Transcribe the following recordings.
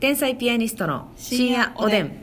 天才ピアニストの深夜おでん。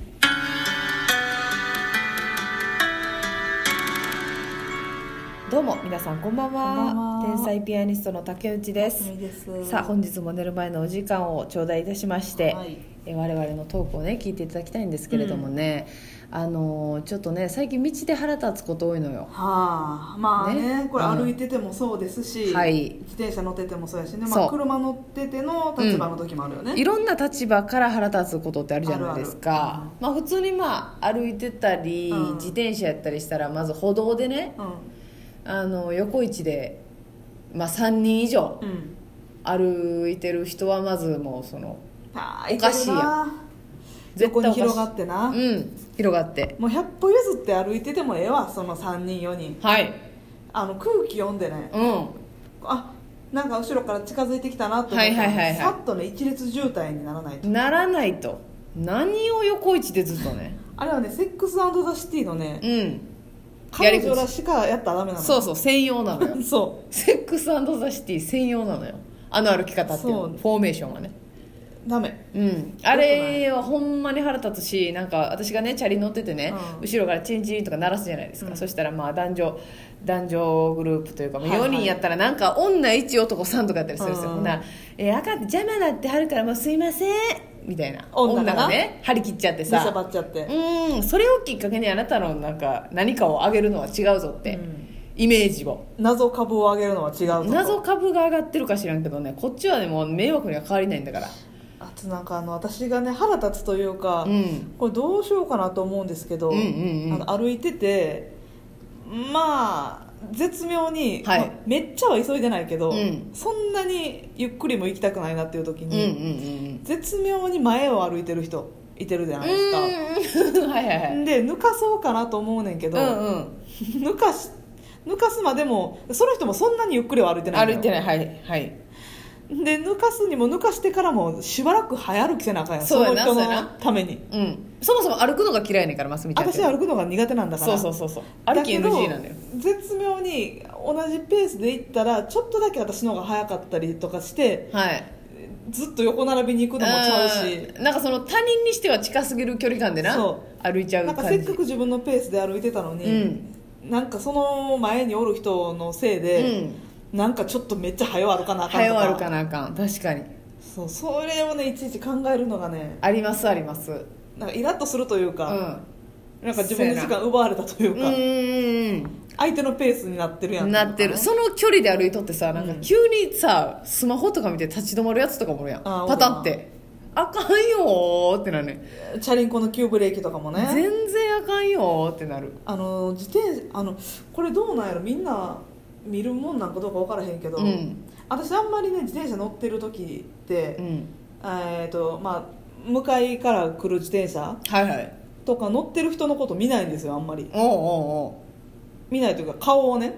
どうも皆さんこんばんは。天才ピアニストの竹内です。さあ本日も寝る前のお時間を頂戴いたしまして、はい、我々のトークをね聞いていただきたいんですけれどもね、ちょっとね最近道で腹立つこと多いのよ。 はあ、まあ ねこれ歩いててもそうですし、 はい、 自転車乗っててもそうやしね、まあ、車乗ってての立場の時もあるよね、 いろんな立場から腹立つことってあるじゃないですか。まあ、普通に歩いてたり、自転車やったりしたらまず歩道でね、横一で、3人以上歩いてる人はまずもうおかしいやん。 横に広がってな、 広がってもう100歩譲って歩いててもええわ、その3人4人、 はい、 空気読んでね、なんか後ろから近づいてきたなと思ったら、さっとね一列渋滞にならないと何を横一でずっとねあれはねセックス&ザ・シティのね、彼女らしかやったらダメなの。 そう専用なのよそうセックス&ザ・シティ専用なのよ、歩き方っていうのフォーメーションがねダメ、 あれはほんまに腹立つし、なんか私がねチャリ乗っててね、後ろからチンチンとか鳴らすじゃないですか、そしたら男女グループというか、4人やったらなんか女1男3とかやったりするんですよ。ほんなら赤って邪魔だってはるからもうすいませんみたいな、女がね張り切っちゃってさ、 出しゃばっちゃって、 それをきっかけにあなたの何かを上げるのは違うぞって、イメージを謎株を上げるのは違うぞと。 謎株が上がってるか知らんけどね、こっちはねもう迷惑には変わりないんだから。 あとなんか私がね腹立つというか、これどうしようかなと思うんですけど、歩いてて絶妙に、めっちゃは急いでないけど、そんなにゆっくりも行きたくないなっていう時に、絶妙に前を歩いてる人いてるじゃないですかで抜かそうかなと思うねんけど、抜かすまでもその人もそんなにゆっくりは歩いてないのよ。 歩いてない、はいで抜かすにも抜かしてからもしばらく早歩きせなあかんやん、その人のために、 そもそも歩くのが嫌いねんから、ますみたいな。 私歩くのが苦手なんだから。 そう歩き NG なんだよ。 絶妙に同じペースで行ったらちょっとだけ私の方が早かったりとかして、ずっと横並びに行くのもちゃうし、 なんか他人にしては近すぎる距離感で歩いちゃう感じ。 なんかせっかく自分のペースで歩いてたのに、なんかその前におる人のせいで、なんかちょっとめっちゃ早歩かなあかんとか、 早歩かなあかん、確かにそれをねいちいち考えるのがねありますなんかイラッとするというか、なんか自分の時間奪われたというか、相手のペースになってるやん、 なってる。その距離で歩いとってさ、なんか急にさスマホとか見て立ち止まるやつとかもおるやん、パタってあかんよーってなるね。 チャリンコの急ブレーキとかもね全然あかんよーってなる。 自転車これどうなんやろ、みんな見るもんなんかどうか分からへんけど、私あんまりね自転車乗ってる時って、向かいから来る自転車とか乗ってる人のこと見ないんですよ、あんまり。見ないというか顔をね、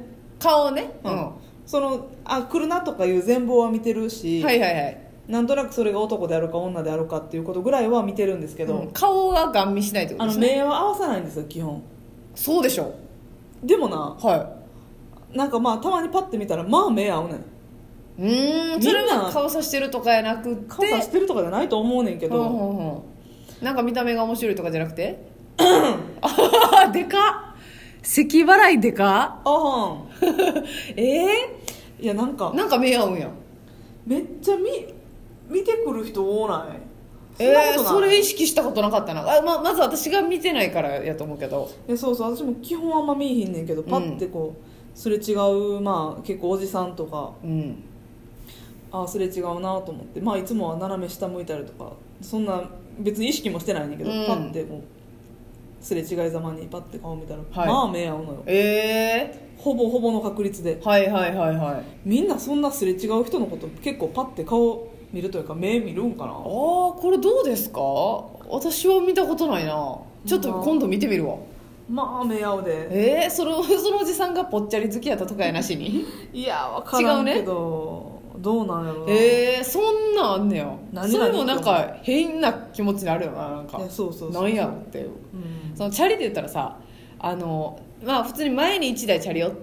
来るなとかいう全貌は見てるし、なんとなくそれが男であるか女であるかっていうことぐらいは見てるんですけど、 顔がガン見しないってことですね。 目は合わさないんですよ基本。 そうでしょ。 でもな、なんかたまにパッて見たら目合うねん。 それは顔さしてるとかやなくて、 顔さしてるとかじゃないと思うねんけど、 なんか見た目が面白いとかじゃなくてでかっ、咳払いでかっいやなんか目合うんやん。 めっちゃ見てくる人多ない？ それ意識したことなかったな。まず私が見てないからやと思うけど。 そう私も基本あんま見えひんねんけど、パッてすれ違う、結構おじさんとか、すれ違うなと思って、いつもは斜め下向いたりとか、そんな別に意識もしてないねんけど、パッてすれ違いざまにパッて顔見たら、目合うのよ。ほぼほぼの確率で。みんなそんなすれ違う人のこと結構パッて顔見るというか目見るんかな。 これどうですか？私は見たことないな。ちょっと今度見てみるわ。 目合うで。 そのおじさんがぽっちゃり好きやったとかやなしにいや分からんけど、どうなんやろな。 そんなんあんねや。それもなんか変な気持ちになるよな。なんかなんやろっていう、そのチャリで言ったらさ、普通に前に1台チャリ寄って、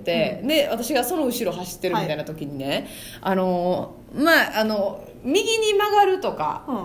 で私がその後ろ走ってるみたいな時にね、右に曲がるとか、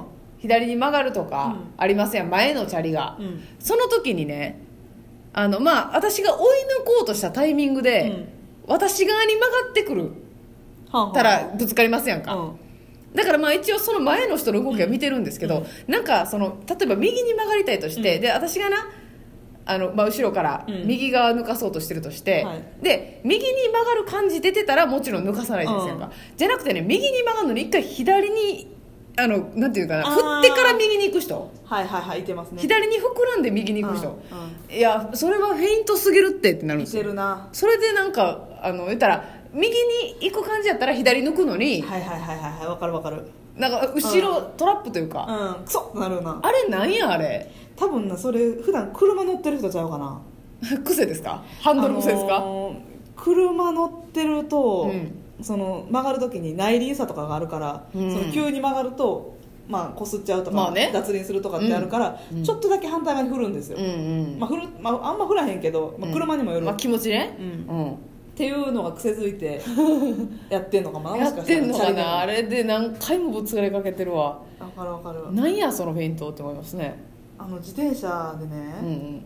左に曲がるとかありますやん、前のチャリが、その時にね私が追い抜こうとしたタイミングで、私側に曲がってくるたらぶつかりますやんか、だから一応その前の人の動きは見てるんですけど、なんか例えば右に曲がりたいとして、で私がな後ろから右側抜かそうとしてるとして、で右に曲がる感じ出てたらもちろん抜かさないですやんか、じゃなくてね、右に曲がるのに一回左になんていうかな、振ってから右に行く人、 いてますね。 左に膨らんで右に行く人、いやそれはフェイントすぎるってなるんですよ。 いてるな。 それでなんか言ったら右に行く感じやったら左抜くのに、 わかるわかる。 なんか後ろ、トラップというか、 クソなるな。 あれなんやあれ。 多分な、それ普段車乗ってる人ちゃうかな。 癖ですか、ハンドル癖ですか。 車乗ってると、その曲がる時に内輪差とかがあるから、その急に曲がるとこすっちゃうとか、脱輪するとかってあるから、ちょっとだけ反対側に振るんですよ、あんま振らへんけど、車にもよる、 気持ちね、 っていうのが癖づいてやってんのかもな。 やってんのかな。あれで何回もぶつかりかけてるわ。 わかるわかる。 なんやそのフェイントって思いますね。 自転車でね、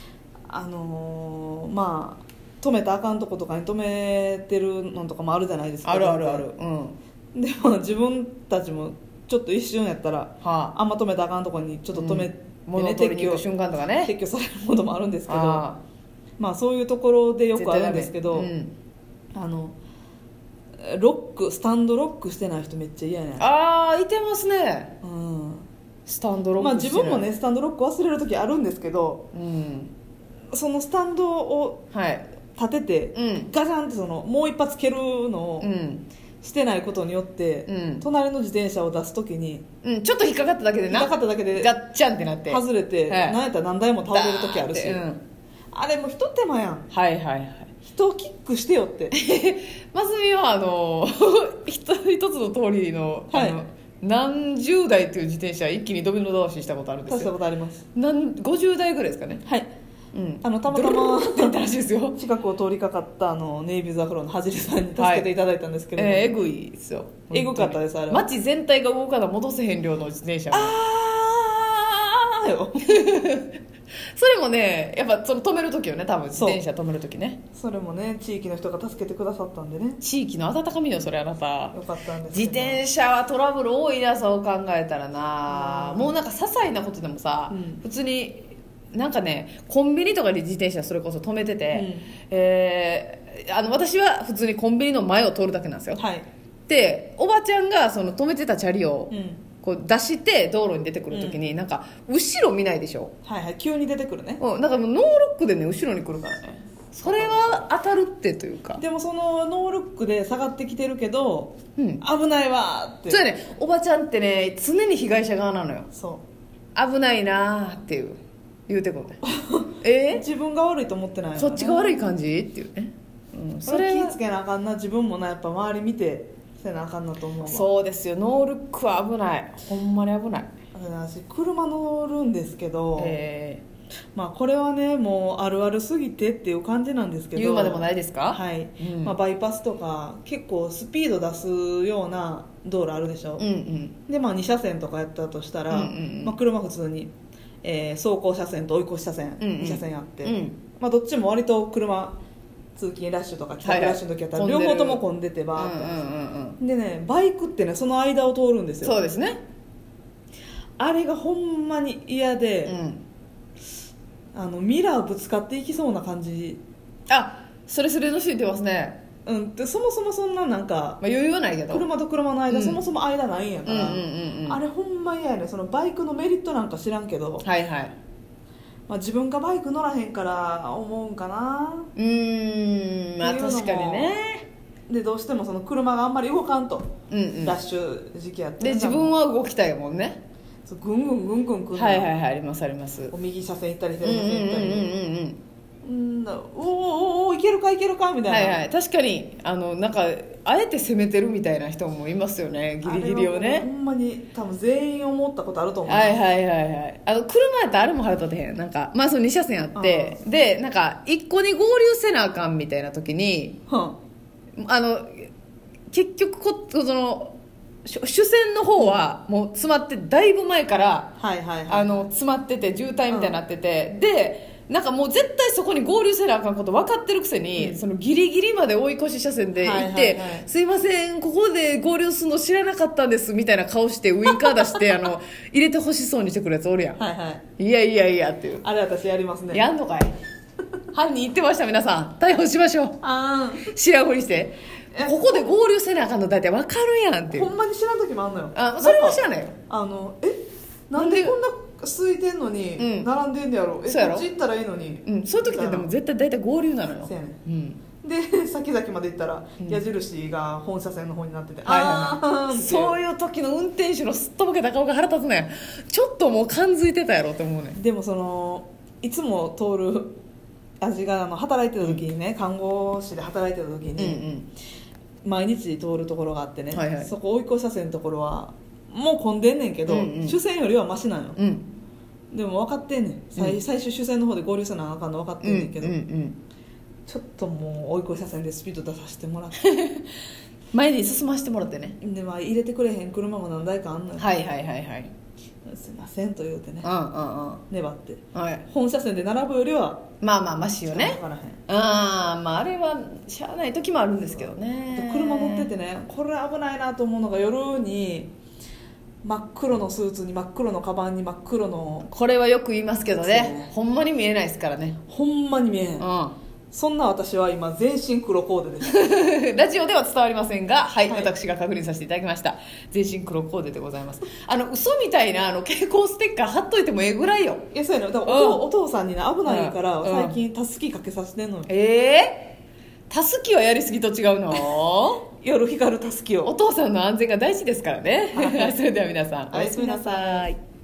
止めたらあかんとことかに止めてるのとかもあるじゃないですか。 あるあるある、 でも自分たちもちょっと一瞬やったら、あんま止めたらあかんとこにちょっと止めて、 物を取りに行く瞬間とかね、 撤去されることもあるんですけど、そういうところでよくあるんですけど、スタンドロックしてない人めっちゃ嫌やね。 いてますね、スタンドロックしてない。 自分もねスタンドロック忘れる時あるんですけど、そのスタンドを立てて、ガチャンってもう一発蹴るのをしてないことによって、隣の自転車を出す時に、 ちょっと引っかかっただけでガッチャンってなって外れて、なんやったら何台も倒れる時あるし、あれもう一手間やん。人をキックしてよってますみは一つの通りの、何十台っていう自転車一気にドミノ倒ししたことあるんですよ。 したことあります。 50台ぐらいですかね。 たまたまって言ったらしいですよ。 近くを通りかかったネイビーズアフロのはじりさんに助けていただいたんですけど、 えぐいですよ。 えぐかったです。あれ街全体が動かな戻せへん量の自転車よそれもね、やっぱ止める時よね、多分自転車止める時ね。 それもね、地域の人が助けてくださったんでね。 地域の温かみよ、それあなた。 よかったんです。 自転車はトラブル多いな、そう考えたらな。もうなんか些細なことでもさ、普通になんかね、コンビニとかに自転車それこそ止めてて、私は普通にコンビニの前を通るだけなんですよ。でおばちゃんが止めてたチャリを、こう出して道路に出てくるときに、なんか後ろ見ないでしょ。 急に出てくるね。 なんかもうノールックでね後ろに来るからね。それは当たるってというか。 でもそのノールックで下がってきてるけど、危ないわって。 そうやね、おばちゃんってね常に被害者側なのよ。危ないなっていう言うてこね自分が悪いと思ってないの、ね、 そっちが悪い感じっていうね、 それ気ぃつけなあかんな。自分もな、やっぱ周り見てせなあかんなと思うわ。 そうですよ、ノールックは危ない、ほんまに危ない。 私車乗るんですけど、これはねもうあるあるすぎてっていう感じなんですけど、 言うまでもないですか。 バイパスとか結構スピード出すような道路あるでしょ、で2車線とかやったとしたら、車普通に、走行車線と追い越し車線、2車線あって、どっちも割と車通勤ラッシュとか帰宅ラッシュの時やったら両方とも混んでてバーって、でねバイクってねその間を通るんですよ。 そうですね。 あれがほんまに嫌で、ミラーぶつかっていきそうな感じ。 それの人いてますね。 でそもそもそんななんか、 余裕はないけど車と車の間、そもそも間ないんやから、あれほんま嫌やね。そのバイクのメリットなんか知らんけど、自分がバイク乗らへんから思うんかな。 確かにね。 でどうしてもその車があんまり動かんと、ラッシュ時期やって、 で自分は動きたいもんね。 ぐんぐんぐんぐん来るの。 ありますあります。 右車線行ったり左車線行ったり、おいけるかいけるかみたいな、 確かになんかあえて攻めてるみたいな人もいますよね、ギリギリをね。 ほんまに多分全員思ったことあると思う。 車やったらあれも腹立てへん。なんかその2車線あって、でなんか1個に合流せなあかんみたいな時に、結局主線の方はもう詰まってだいぶ前からはいはいはい、 詰まってて渋滞みたいになってて、でなんかもう絶対そこに合流せなあかんこと分かってるくせに、そのギリギリまで追い越し車線で行って、 はいはいはい、 すいませんここで合流するの知らなかったんですみたいな顔してウインカー出して入れてほしそうにしてくるやつおるやん、 はいはい、 いやいやいやっていう、 あれ私やりますね。 やんのかい犯人言ってました。皆さん逮捕しましょう。 あ白振りしてここで合流せなあかんの大体分かるやんっていう。 ほんまに知らん時もあんのよ。 それは知らないよ。 なんでこんな空いてんのに並んでんねやろ、こっち行ったらいいのに、 そういう時ってでも絶対大体合流なのよ。 そうやね、で先々まで行ったら矢印が本車線の方になってて、 そういう時の運転手のすっとぼけた顔が腹立つね。ちょっともう感づいてたやろって思うね。 でもいつも通る味が働いてた時にね、看護師で働いてた時に、毎日通るところがあってね、そこ追い越し車線のところはもう混んでんねんけど、主線よりはマシなんよ、でも分かってんねん、最終主線の方で合流せなあかんの分かってんねんけど、ちょっともう追い越し車線でスピード出させてもらって前に進ませてもらってね。 で、入れてくれへん車も何台かあんのよ。すいませんと言うてね、粘って、本車線で並ぶよりはマシよね。あれはしゃあない時もあるんですけどね。 車乗っててね、これ危ないなと思うのが、夜に真っ黒のスーツに真っ黒のカバンに真っ黒の、 これはよく言いますけどね、ほんまに見えないですからね。 ほんまに見えへん、そんな私は今全身黒コーデですラジオでは伝わりませんが、私が確認させていただきました。全身黒コーデでございます。嘘みたいな蛍光ステッカー貼っといてもええぐらいよ。 いや、そうやね、だからお父さんにね、危ないから最近たすきかけさせてんのよ。 たすきはやりすぎと違うの夜光るたすきを。 お父さんの安全が大事ですからね。それでは皆さんおやすみなさい。